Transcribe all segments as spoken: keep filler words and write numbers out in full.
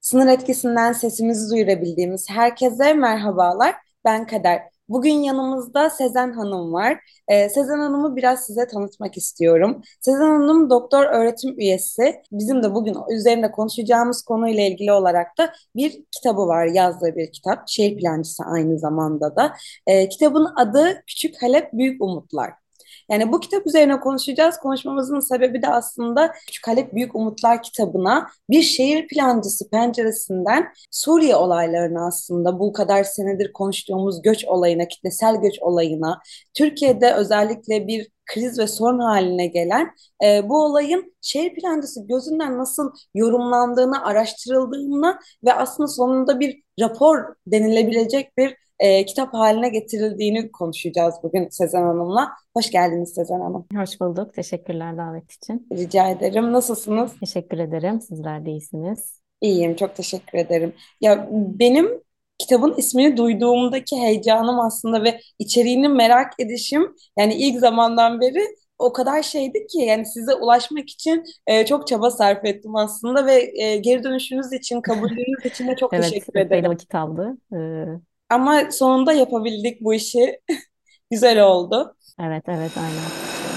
Sınır etkisinden sesimizi duyurabildiğimiz herkese merhabalar. Ben Kader. Bugün yanımızda Sezen Hanım var. Ee, Sezen Hanım'ı biraz size tanıtmak istiyorum. Sezen Hanım doktor öğretim üyesi. Bizim de bugün üzerinde konuşacağımız konuyla ilgili olarak da bir kitabı var, yazdığı bir kitap. Şehir plancısı aynı zamanda da. Ee, kitabın adı Küçük Halep Büyük Umutlar. Yani bu kitap üzerine konuşacağız. Konuşmamızın sebebi de aslında Küçük Halep Büyük Umutlar kitabına bir şehir plancısı penceresinden Suriye olaylarına, aslında bu kadar senedir konuştuğumuz göç olayına, kitlesel göç olayına, Türkiye'de özellikle bir kriz ve sorun haline gelen e, bu olayın şehir plancısı gözünden nasıl yorumlandığını, araştırıldığını ve aslında sonunda bir rapor denilebilecek bir e, kitap haline getirildiğini konuşacağız bugün Sezen Hanım'la. Hoş geldiniz Sezen Hanım. Hoş bulduk. Teşekkürler davet için. Rica ederim. Nasılsınız? Teşekkür ederim. Sizler de iyisiniz. İyiyim, çok teşekkür ederim. Ya benim kitabın ismini duyduğumdaki heyecanım aslında ve içeriğini merak edişim, yani ilk zamandan beri o kadar şeydi ki, yani size ulaşmak için e, çok çaba sarf ettim aslında ve e, geri dönüşünüz için, kabulünüz için de çok Evet, teşekkür epey de ederim. vakit aldı. Ee, Ama sonunda yapabildik bu işi. Güzel oldu. evet, evet, aynen.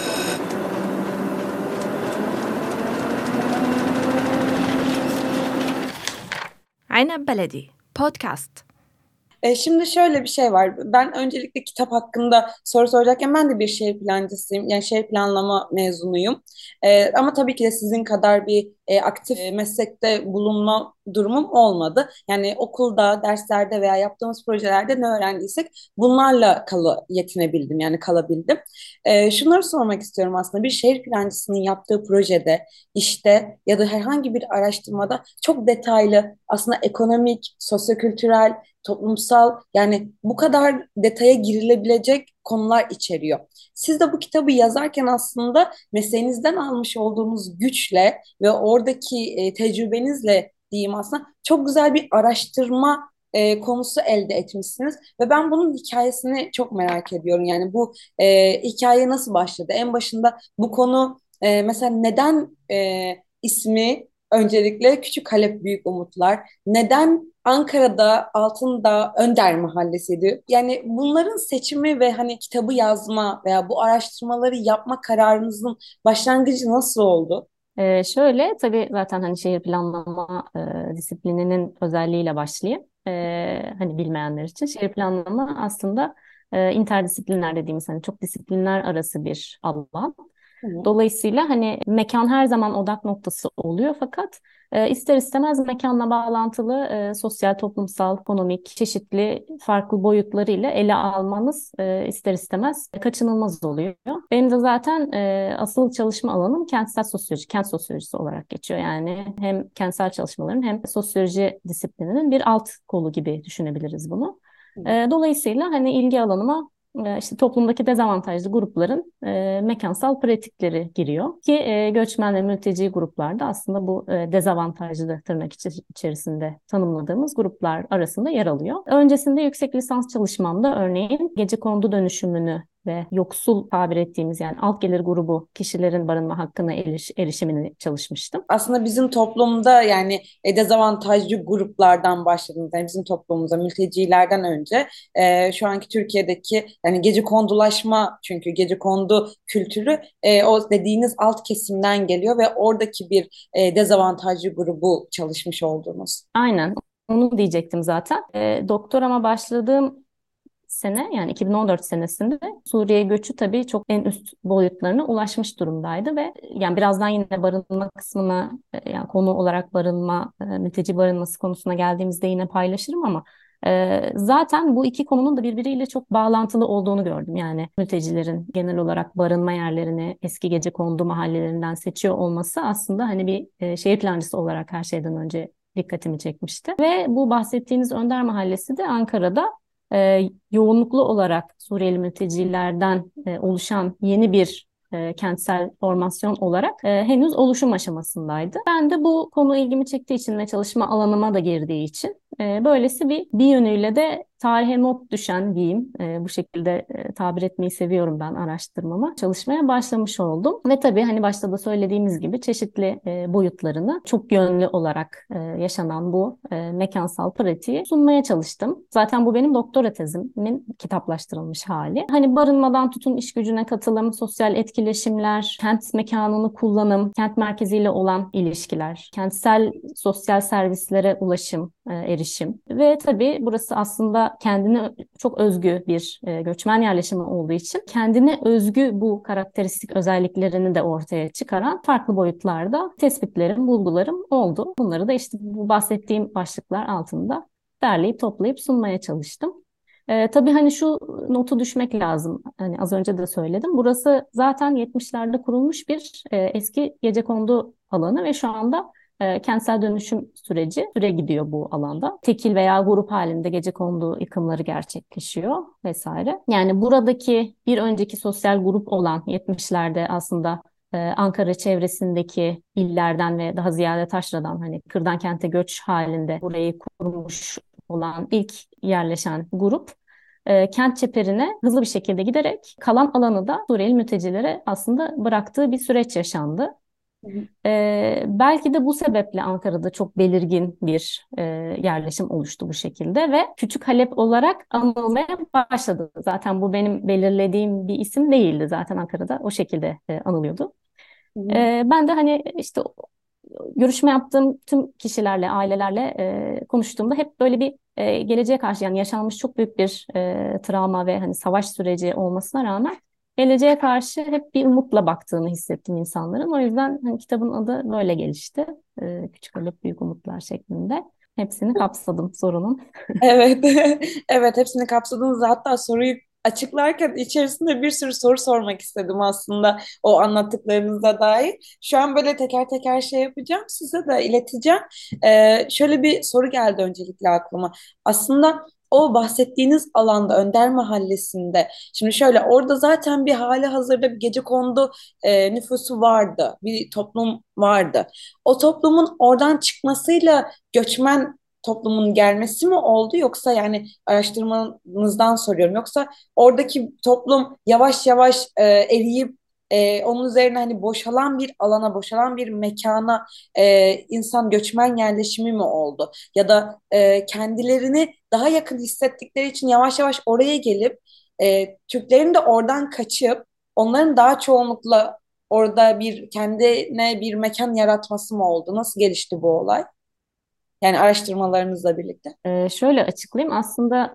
عنب بلدي بودكاست. E, şimdi şöyle bir şey var. Ben öncelikle kitap hakkında soru soracakken, ben de bir şehir plancısıyım. Yani şehir planlama mezunuyum. E, ama tabii ki de sizin kadar bir e, aktif e, meslekte bulunma durumum olmadı. Yani okulda, derslerde veya yaptığımız projelerde ne öğrendiysek bunlarla kalı yetinebildim, yani kalabildim. E, şunları sormak istiyorum aslında. Bir şehir plancısının yaptığı projede, işte ya da herhangi bir araştırmada çok detaylı, aslında ekonomik, sosyokültürel, toplumsal, yani bu kadar detaya girilebilecek konular içeriyor. Siz de bu kitabı yazarken aslında mesleğinizden almış olduğunuz güçle ve oradaki e, tecrübenizle diyeyim, aslında çok güzel bir araştırma e, konusu elde etmişsiniz ve ben bunun hikayesini çok merak ediyorum. Yani bu e, hikaye nasıl başladı? En başında bu konu e, mesela neden e, ismi öncelikle Küçük Halep Büyük Umutlar? Neden Ankara'da Altındağ Önder Mahallesi'ydi? Yani bunların seçimi ve hani kitabı yazma veya bu araştırmaları yapma kararınızın başlangıcı nasıl oldu? Ee, şöyle, tabii zaten hani şehir planlama e, disiplininin özelliğiyle başlayayım. Ee, hani bilmeyenler için şehir planlama aslında e, interdisipliner dediğimiz hani çok disiplinler arası bir alan. Hı. Dolayısıyla hani mekan her zaman odak noktası oluyor fakat e, ister istemez mekanla bağlantılı e, sosyal, toplumsal, ekonomik çeşitli farklı boyutlarıyla ele almanız e, ister istemez kaçınılmaz oluyor. Benim de zaten e, asıl çalışma alanım kentsel sosyoloji, kent sosyolojisi olarak geçiyor. Yani hem kentsel çalışmaların hem sosyoloji disiplininin bir alt kolu gibi düşünebiliriz bunu. E, dolayısıyla hani ilgi alanıma e, işte toplumdaki dezavantajlı grupların e, mekansal pratikleri giriyor ki e, göçmen ve mülteci gruplarda aslında bu e, dezavantajlı tırnak içi- içerisinde tanımladığımız gruplar arasında yer alıyor. Öncesinde yüksek lisans çalışmamda örneğin gecekondu dönüşümünü ve yoksul tabir ettiğimiz yani alt gelir grubu kişilerin barınma hakkına eriş, erişimini çalışmıştım. Aslında bizim toplumda, yani e, dezavantajlı gruplardan başladınız. Yani bizim toplumumuzda mültecilerden önce e, şu anki Türkiye'deki yani gecekondulaşma, çünkü gecekondu kültürü e, o dediğiniz alt kesimden geliyor ve oradaki bir e, dezavantajlı grubu çalışmış oldunuz. Aynen onu diyecektim zaten. E, doktorama başladığım sene yani iki bin on dört senesinde Suriye göçü tabii çok en üst boyutlarına ulaşmış durumdaydı ve yani birazdan yine barınma kısmına e, yani konu olarak barınma, e, mülteci barınması konusuna geldiğimizde yine paylaşırım ama e, zaten bu iki konunun da birbiriyle çok bağlantılı olduğunu gördüm. Yani mültecilerin genel olarak barınma yerlerini eski gecekondu mahallelerinden seçiyor olması aslında hani bir e, şehir plancısı olarak her şeyden önce dikkatimi çekmişti. Ve bu bahsettiğiniz Önder Mahallesi de Ankara'da e, yoğunluklu olarak Suriyeli mültecilerden e, oluşan yeni bir e, kentsel formasyon olarak e, henüz oluşum aşamasındaydı. Ben de bu konu ilgimi çektiği için ve çalışma alanıma da girdiği için e, böylesi bir bir yönüyle de tarihe not düşen diyeyim. E, bu şekilde e, tabir etmeyi seviyorum ben araştırmama. Çalışmaya başlamış oldum. Ve tabii hani başta da söylediğimiz gibi çeşitli e, boyutlarını çok yönlü olarak e, yaşanan bu e, mekansal pratiği sunmaya çalıştım. Zaten bu benim doktora tezimin kitaplaştırılmış hali. Hani barınmadan tutun iş gücüne katılım, sosyal etkileşimler, kent mekanını kullanım, kent merkeziyle olan ilişkiler, kentsel sosyal servislere ulaşım, e, erişim ve tabii burası aslında kendine çok özgü bir e, göçmen yerleşimi olduğu için kendine özgü bu karakteristik özelliklerini de ortaya çıkaran farklı boyutlarda tespitlerim, bulgularım oldu. Bunları da işte bu bahsettiğim başlıklar altında derleyip toplayıp sunmaya çalıştım. Ee, tabii hani şu notu düşmek lazım. Hani az önce de söyledim. Burası zaten yetmişlerde kurulmuş bir e, eski gecekondu alanı ve şu anda e, kentsel dönüşüm süreci süre gidiyor bu alanda. Tekil veya grup halinde gecekondu yıkımları gerçekleşiyor vesaire. Yani buradaki bir önceki sosyal grup olan yetmişlerde aslında e, Ankara çevresindeki illerden ve daha ziyade taşradan hani kırdan kente göç halinde burayı kurmuş olan ilk yerleşen grup e, kent çeperine hızlı bir şekilde giderek kalan alanı da Suriyeli mültecilere aslında bıraktığı bir süreç yaşandı. Hı hı. E, belki de bu sebeple Ankara'da çok belirgin bir e, yerleşim oluştu bu şekilde ve Küçük Halep olarak anılmaya başladı. Zaten bu benim belirlediğim bir isim değildi. Zaten Ankara'da o şekilde e, anılıyordu. Hı hı. E, ben de hani işte görüşme yaptığım tüm kişilerle, ailelerle e, konuştuğumda hep böyle bir e, geleceğe karşı yani yaşanmış çok büyük bir e, travma ve hani savaş süreci olmasına rağmen geleceğe karşı hep bir umutla baktığını hissettim insanların. O yüzden hani kitabın adı böyle gelişti. E, Küçük Halep Büyük Umutlar şeklinde. Hepsini kapsadım sorunun. Evet, evet hepsini kapsadınız. Hatta soruyu açıklarken içerisinde bir sürü soru sormak istedim aslında o anlattıklarınıza dair. Şu an böyle teker teker şey yapacağım, size de ileteceğim. Ee, şöyle bir soru geldi öncelikle aklıma. Aslında o bahsettiğiniz alanda Önder Mahallesi'nde, şimdi şöyle orada zaten bir hali hazırda bir gecekondu e, nüfusu vardı, bir toplum vardı. O toplumun oradan çıkmasıyla göçmen toplumun gelmesi mi oldu yoksa yani araştırmanızdan soruyorum yoksa oradaki toplum yavaş yavaş e, eriyip e, onun üzerine hani boşalan bir alana boşalan bir mekana e, insan göçmen yerleşimi mi oldu ya da e, kendilerini daha yakın hissettikleri için yavaş yavaş oraya gelip e, Türklerin de oradan kaçıp onların daha çoğunlukla orada bir kendine bir mekan yaratması mı oldu? Nasıl gelişti bu olay? Yani araştırmalarınızla birlikte. E, şöyle açıklayayım. Aslında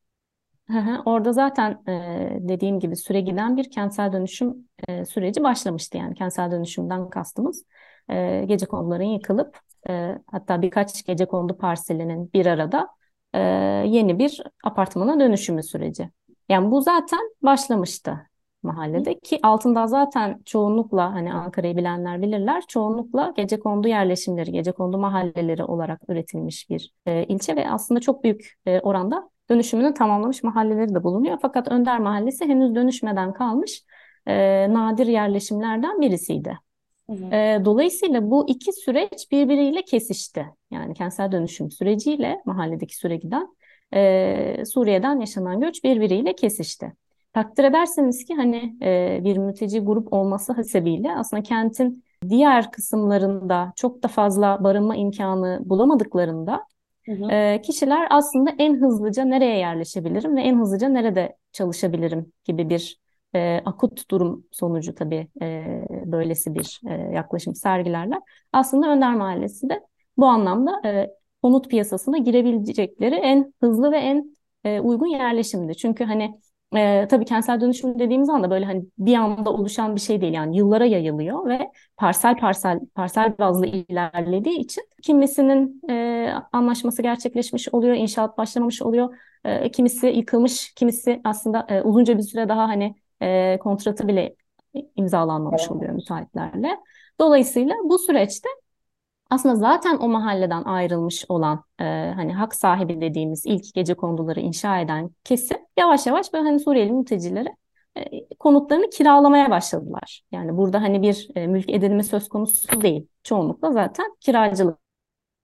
hı hı, orada zaten e, dediğim gibi süre giden bir kentsel dönüşüm e, süreci başlamıştı. Yani kentsel dönüşümden kastımız e, gecekonduların yıkılıp e, hatta birkaç gecekondu parselinin bir arada e, yeni bir apartmana dönüşümü süreci. Yani bu zaten başlamıştı mahallede ki altında zaten çoğunlukla hani Ankara'yı bilenler bilirler çoğunlukla gecekondu yerleşimleri, gecekondu mahalleleri olarak üretilmiş bir e, ilçe ve aslında çok büyük e, oranda dönüşümünü tamamlamış mahalleleri de bulunuyor. Fakat Önder Mahallesi henüz dönüşmeden kalmış e, nadir yerleşimlerden birisiydi. Hı hı. E, dolayısıyla bu iki süreç birbiriyle kesişti. Yani kentsel dönüşüm süreciyle mahalledeki süre giden e, Suriye'den yaşanan göç birbiriyle kesişti. Takdir ederseniz ki hani e, bir mülteci grup olması hasebiyle aslında kentin diğer kısımlarında çok da fazla barınma imkanı bulamadıklarında Hı hı. ee, kişiler aslında en hızlıca nereye yerleşebilirim ve en hızlıca nerede çalışabilirim gibi bir e, akut durum sonucu tabii e, böylesi bir e, yaklaşım sergilerler. Aslında Önder Mahallesi de bu anlamda e, konut piyasasına girebilecekleri en hızlı ve en e, uygun yerleşimdi. Çünkü hani e, tabii kentsel dönüşüm dediğimiz anda böyle hani bir anda oluşan bir şey değil yani yıllara yayılıyor ve parsel parsel parsel bazlı ilerlediği için kimisinin e, anlaşması gerçekleşmiş oluyor, inşaat başlamamış oluyor, e, kimisi yıkılmış, kimisi aslında e, uzunca bir süre daha hani e, kontratı bile imzalanmamış oluyor müteahhitlerle. Dolayısıyla bu süreçte aslında zaten o mahalleden ayrılmış olan e, hani hak sahibi dediğimiz ilk gecekonduları inşa eden kesim yavaş yavaş böyle hani Suriyeli mültecilere e, konutlarını kiralamaya başladılar. Yani burada hani bir e, mülk edinimi söz konusu değil. Çoğunlukla zaten kiracılık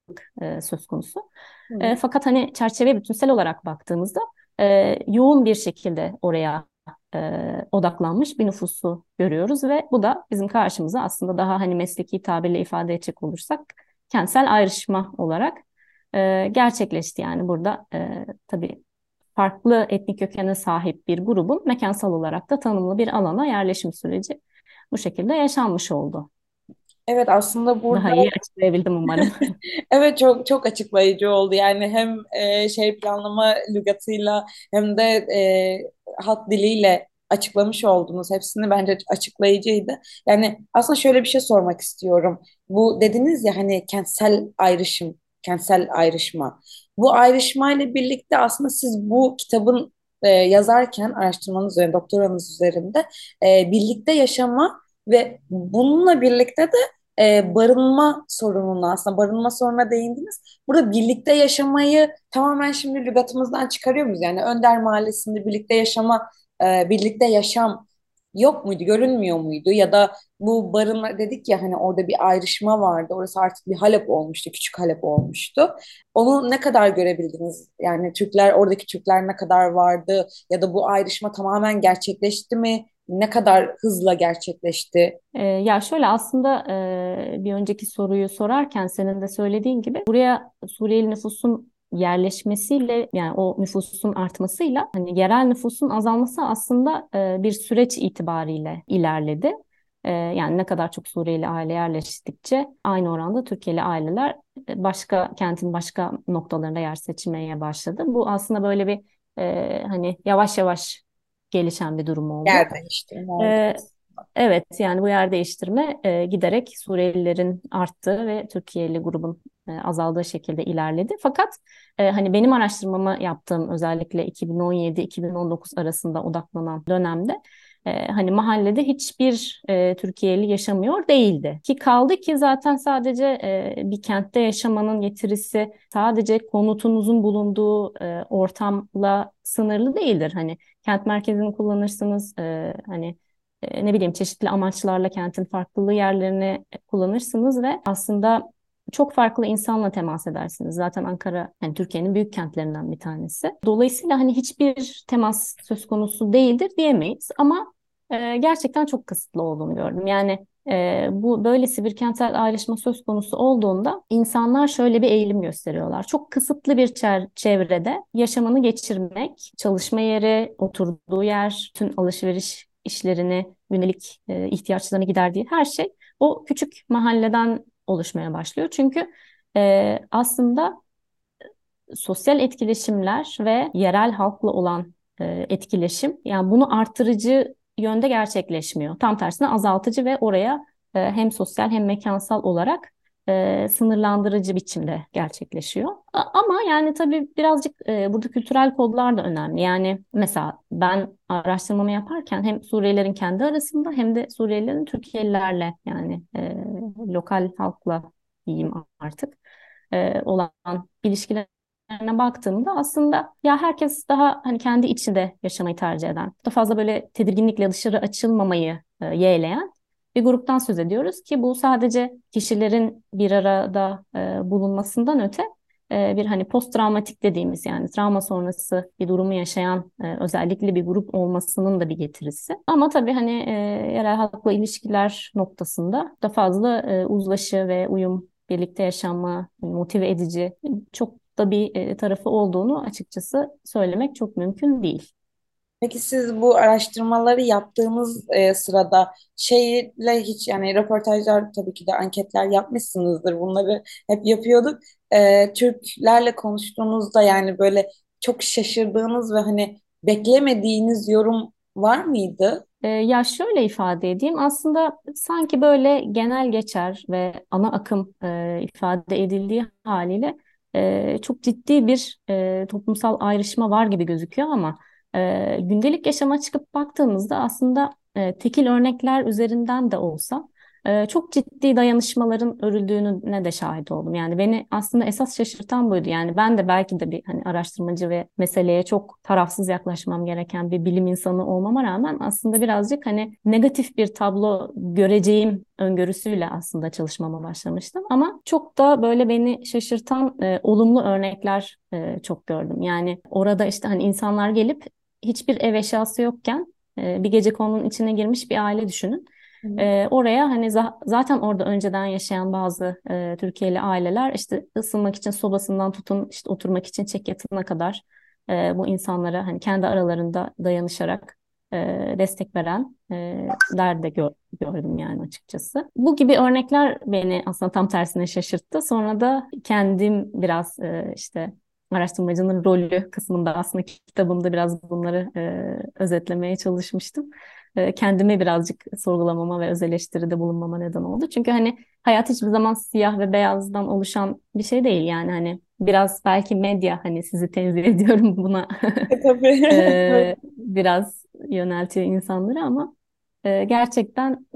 e, söz konusu. Hı. E, fakat hani çerçeve bütünsel olarak baktığımızda e, yoğun bir şekilde oraya e, odaklanmış bir nüfusu görüyoruz ve bu da bizim karşımıza aslında daha hani mesleki tabirle ifade edecek olursak kentsel ayrışma olarak e, gerçekleşti. Yani burada e, tabii farklı etnik kökene sahip bir grubun mekansal olarak da tanımlı bir alana yerleşim süreci bu şekilde yaşanmış oldu. Evet, aslında burada Daha iyi açıklayabildim umarım. evet, çok çok açıklayıcı oldu. Yani hem e, şey planlama lügatıyla hem de e, halk diliyle açıklamış oldunuz. Hepsini bence açıklayıcıydı. Yani aslında şöyle bir şey sormak istiyorum. Bu dediniz ya hani kentsel ayrışım, kentsel ayrışma. Bu ayrışmayla birlikte aslında siz bu kitabın e, yazarken araştırmanız üzerine, doktoranız üzerinde e, birlikte yaşama ve bununla birlikte de e, barınma sorununa, aslında barınma sorununa değindiniz. Burada birlikte yaşamayı tamamen şimdi lügatımızdan çıkarıyor muyuz? Yani Önder Mahallesi'nde birlikte yaşama, e, birlikte yaşam yok muydu, görünmüyor muydu? Ya da bu barınma dedik ya, hani orada bir ayrışma vardı. Orası artık bir Halep olmuştu, küçük Halep olmuştu. Onu ne kadar görebildiniz? Yani Türkler, oradaki Türkler ne kadar vardı? Ya da bu ayrışma tamamen gerçekleşti mi? Ne kadar hızla gerçekleşti? Ee, ya şöyle aslında e, bir önceki soruyu sorarken senin de söylediğin gibi buraya Suriyeli nüfusun yerleşmesiyle yani o nüfusun artmasıyla hani yerel nüfusun azalması aslında e, bir süreç itibariyle ilerledi. E, yani ne kadar çok Suriyeli aile yerleştikçe aynı oranda Türkiye'li aileler e, başka kentin başka noktalarında yer seçmeye başladı. Bu aslında böyle bir e, hani yavaş yavaş gelişen bir durum oldu. Yer değiştirme oldu. E, Evet, yani bu yer değiştirme e, giderek Suriyelilerin arttığı ve Türkiye'li grubun e, azaldığı şekilde ilerledi. Fakat e, hani benim araştırmamı yaptığım özellikle iki bin on yedi iki bin on dokuz arasında odaklanan dönemde e, hani mahallede hiçbir e, Türkiye'li yaşamıyor değildi. Ki kaldı ki zaten sadece e, bir kentte yaşamanın getirisi sadece konutunuzun bulunduğu e, ortamla sınırlı değildir. Hani kent merkezini kullanırsınız, e, hani e, ne bileyim çeşitli amaçlarla kentin farklı yerlerini kullanırsınız ve aslında çok farklı insanla temas edersiniz. Zaten Ankara yani Türkiye'nin büyük kentlerinden bir tanesi. Dolayısıyla hani hiçbir temas söz konusu değildir diyemeyiz ama e, gerçekten çok kısıtlı olduğunu gördüm. Yani e, bu böylesi bir kentsel ayrışma söz konusu olduğunda insanlar şöyle bir eğilim gösteriyorlar. Çok kısıtlı bir çer- çevrede yaşamını geçirmek, çalışma yeri, oturduğu yer, tüm alışveriş işlerini, yönelik e, ihtiyaçlarını giderdiği her şey o küçük mahalleden oluşmaya başlıyor. Çünkü e, aslında sosyal etkileşimler ve yerel halkla olan e, etkileşim yani bunu artırıcı yönde gerçekleşmiyor. Tam tersine azaltıcı ve oraya e, hem sosyal hem mekansal olarak e, sınırlandırıcı biçimde gerçekleşiyor. A- ama yani tabii birazcık e, burada kültürel kodlar da önemli. Yani mesela ben araştırmamı yaparken hem Suriyelilerin kendi arasında hem de Suriyelilerin Türkiye'lilerle yani e, lokal halkla diyeyim artık e, olan ilişkilerine baktığımda aslında ya herkes daha hani kendi içinde yaşamayı tercih eden, daha fazla böyle tedirginlikle dışarı açılmamayı e, yeğleyen bir gruptan söz ediyoruz ki bu sadece kişilerin bir arada e, bulunmasından öte e, bir hani post travmatik dediğimiz yani travma sonrası bir durumu yaşayan e, özellikle bir grup olmasının da bir getirisi. Ama tabii hani e, yerel halkla ilişkiler noktasında da fazla e, uzlaşı ve uyum birlikte yaşanma motive edici çok da bir e, tarafı olduğunu açıkçası söylemek çok mümkün değil. Peki siz bu araştırmaları yaptığınız e, sırada şeyle hiç, yani röportajlar, tabii ki de anketler yapmışsınızdır. Bunları hep yapıyorduk. E, Türklerle konuştuğunuzda yani böyle çok şaşırdığınız ve hani beklemediğiniz yorum var mıydı? E, ya şöyle ifade edeyim aslında sanki böyle genel geçer ve ana akım e, ifade edildiği haliyle e, çok ciddi bir e, toplumsal ayrışma var gibi gözüküyor ama e, gündelik yaşama çıkıp baktığımızda aslında e, tekil örnekler üzerinden de olsa e, çok ciddi dayanışmaların örüldüğüne de şahit oldum. Yani beni aslında esas şaşırtan buydu. Yani ben de belki de bir hani araştırmacı ve meseleye çok tarafsız yaklaşmam gereken bir bilim insanı olmama rağmen aslında birazcık hani negatif bir tablo göreceğim öngörüsüyle aslında çalışmama başlamıştım. Ama çok da böyle beni şaşırtan e, olumlu örnekler e, çok gördüm. Yani orada işte hani insanlar gelip hiçbir ev eşyası yokken e, bir gecekonunun içine girmiş bir aile düşünün. Hı hı. Ee, oraya hani za- zaten orada önceden yaşayan bazı e, Türkiye'li aileler işte ısınmak için sobasından tutun işte oturmak için çekyatına kadar e, bu insanlara hani kendi aralarında dayanışarak e, destek veren e, ler de gör- gördüm yani açıkçası. Bu gibi örnekler beni aslında tam tersine şaşırttı. Sonra da kendim biraz e, işte araştırmacının rolü kısmında aslında kitabımda biraz bunları e, özetlemeye çalışmıştım. E, kendimi birazcık sorgulamama ve öz eleştiride bulunmama neden oldu. Çünkü hani hayat hiçbir zaman siyah ve beyazdan oluşan bir şey değil. Yani hani biraz belki medya hani sizi tenzih ediyorum buna E, tabii. Evet. e, biraz yöneltiyor insanları ama e, gerçekten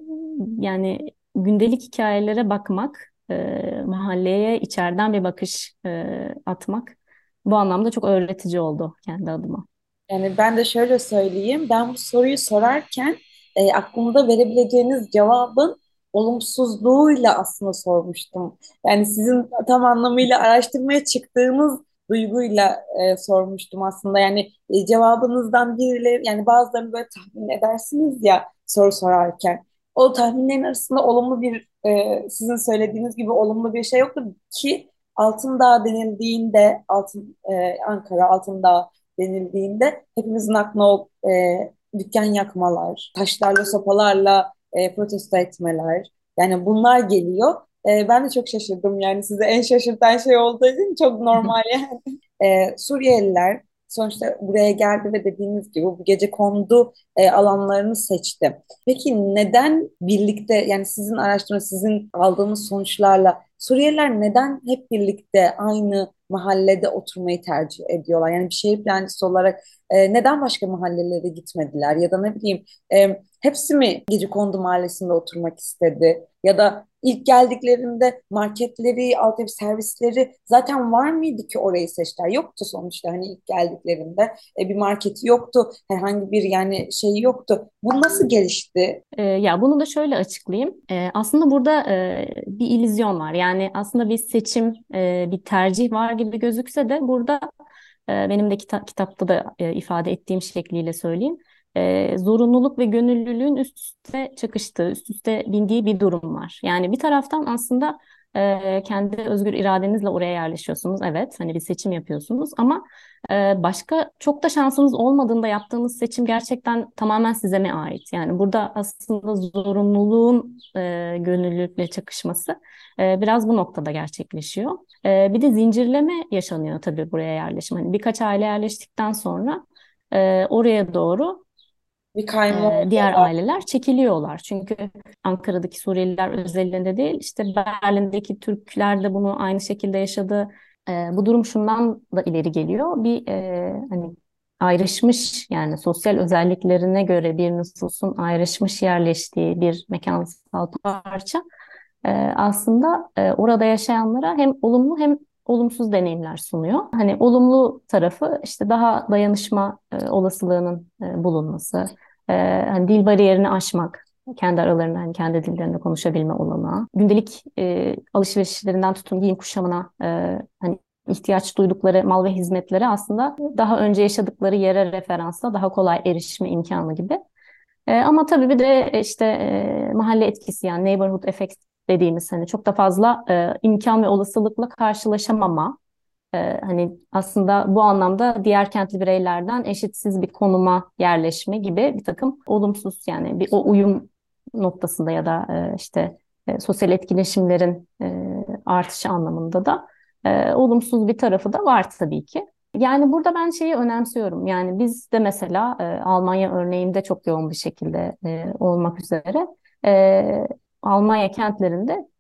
yani gündelik hikayelere bakmak, e, mahalleye içeriden bir bakış e, atmak bu anlamda çok öğretici oldu kendi adıma. Yani ben de şöyle söyleyeyim, ben bu soruyu sorarken e, aklımda verebileceğiniz cevabın olumsuzluğuyla aslında sormuştum. Yani sizin tam anlamıyla araştırmaya çıktığınız duyguyla e, sormuştum aslında. Yani e, cevabınızdan birileri, yani bazılarını böyle tahmin edersiniz ya soru sorarken. O tahminlerin arasında olumlu bir, e, sizin söylediğiniz gibi olumlu bir şey yoktu ki Altındağ denildiğinde, Altın, e, Ankara Altındağ denildiğinde hepimizin aklına o e, dükkan yakmalar, taşlarla, sopalarla e, protesto etmeler. Yani bunlar geliyor. E, ben de çok şaşırdım yani size en şaşırtan şey olduğu için çok normal yani. E, Suriyeliler sonuçta buraya geldi ve dediğiniz gibi bu gecekondu e, alanlarını seçti. Peki neden birlikte, yani sizin araştırma, sizin aldığınız sonuçlarla Suriyeliler neden hep birlikte aynı mahallede oturmayı tercih ediyorlar? Yani bir şehir plancısı olarak e, neden başka mahallelere gitmediler? Ya da ne bileyim, e, hepsi mi Gecekondu Mahallesi'nde oturmak istedi? Ya da ilk geldiklerinde marketleri, altyapı servisleri zaten var mıydı ki orayı seçtiler? Yoktu sonuçta, hani ilk geldiklerinde e, bir marketi yoktu. Herhangi bir yani şey yoktu. Bu nasıl gelişti? E, ya bunu da şöyle açıklayayım. E, aslında burada e, bir illüzyon var. Yani aslında bir seçim, e, bir tercih var gibi gözükse de burada e, benim de kita- kitapta da e, ifade ettiğim şekliyle söyleyeyim. E, zorunluluk ve gönüllülüğün üst üste çakıştığı, üst üste bindiği bir durum var. Yani bir taraftan aslında e, kendi özgür iradenizle oraya yerleşiyorsunuz. Evet, hani bir seçim yapıyorsunuz ama ee, başka çok da şansınız olmadığında yaptığınız seçim gerçekten tamamen size mi ait? Yani burada aslında zorunluluğun e, gönüllülükle çakışması e, biraz bu noktada gerçekleşiyor. E, bir de zincirleme yaşanıyor tabii buraya yerleşim. Hani birkaç aile yerleştikten sonra e, oraya doğru Bir kayma e, oldu. diğer aileler çekiliyorlar. Çünkü Ankara'daki Suriyeliler özelinde değil, işte Berlin'deki Türkler de bunu aynı şekilde yaşadı. E, bu durum şundan da ileri geliyor. Bir e, hani ayrışmış yani sosyal özelliklerine göre bir nüfusun ayrışmış yerleştiği bir mekansal parça e, aslında e, orada yaşayanlara hem olumlu hem olumsuz deneyimler sunuyor. Hani olumlu tarafı işte daha dayanışma e, olasılığının e, bulunması, e, hani dil bariyerini aşmak, kendi aralarında hani kendi dillerinde konuşabilme olanağı, gündelik e, alışverişlerinden tutun giyim kuşamına e, hani ihtiyaç duydukları mal ve hizmetlere aslında daha önce yaşadıkları yere referansla daha kolay erişme imkanı gibi. E, ama tabii bir de işte e, mahalle etkisi yani neighborhood effect dediğimiz hani çok da fazla e, imkan ve olasılıkla karşılaşamama. E, hani aslında bu anlamda diğer kentli bireylerden eşitsiz bir konuma yerleşme gibi bir takım olumsuz yani bir o uyum noktasında ya da e, işte e, sosyal etkileşimlerin e, artışı anlamında da e, olumsuz bir tarafı da var tabii ki. Yani burada ben şeyi önemsiyorum. Yani biz de mesela e, Almanya örneğinde çok yoğun bir şekilde e, olmak üzere e, Almanya kentlerinde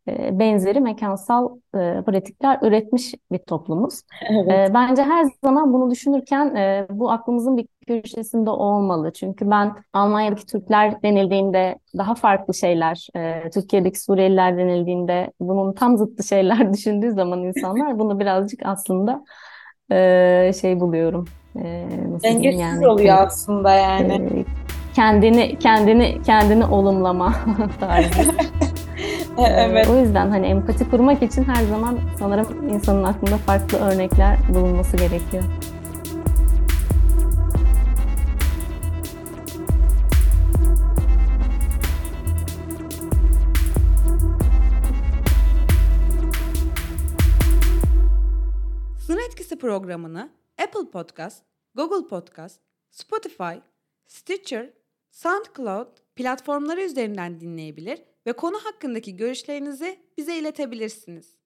e, benzeri mekansal e, pratikler üretmiş bir toplumuz. Evet. E, bence her zaman bunu düşünürken e, bu aklımızın bir köşesinde olmalı. Çünkü ben Almanya'daki Türkler denildiğinde daha farklı şeyler, e, Türkiye'deki Suriyeliler denildiğinde bunun tam zıttı şeyler düşündüğü zaman insanlar bunu birazcık aslında e, şey buluyorum. E, nasıl diyeyim Dengesiz yani oluyor hani, aslında yani. e, kendini kendini kendini olumlama tarzı. Ee, Evet. o yüzden hani empati kurmak için her zaman sanırım insanın aklında farklı örnekler bulunması gerekiyor. Sınır Etkisi programını Apple Podcast, Google Podcast, Spotify, Stitcher, SoundCloud platformları üzerinden dinleyebilir ve konu hakkındaki görüşlerinizi bize iletebilirsiniz.